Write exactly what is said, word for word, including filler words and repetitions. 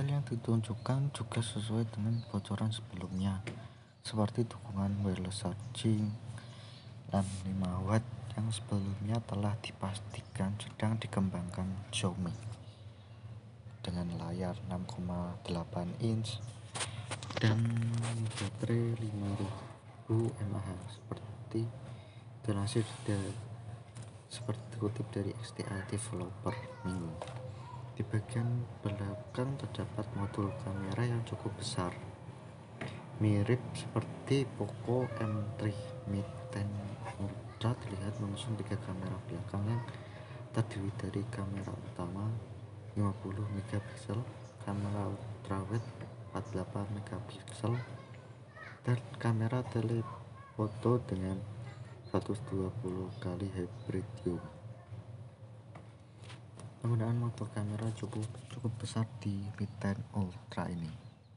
yang ditunjukkan juga sesuai dengan bocoran sebelumnya, seperti dukungan wireless charging dan lima watt yang sebelumnya telah dipastikan sedang dikembangkan Xiaomi dengan layar enam koma delapan inch dan baterai lima ribu mAh seperti dilansir dari seperti dikutip dari X T I Developer Minggu. Di bagian belakang terdapat modul kamera yang cukup besar, mirip seperti Poco M tiga Mate sepuluh Ultra. Terlihat mengusung tiga kamera belakang yang terdiri dari kamera utama lima puluh megapiksel, kamera ultrawide empat puluh delapan megapiksel, dan kamera telefoto dengan seratus dua puluh kali hybrid zoom. Penggunaan modul kamera cukup cukup besar di Mi sepuluh Ultra ini.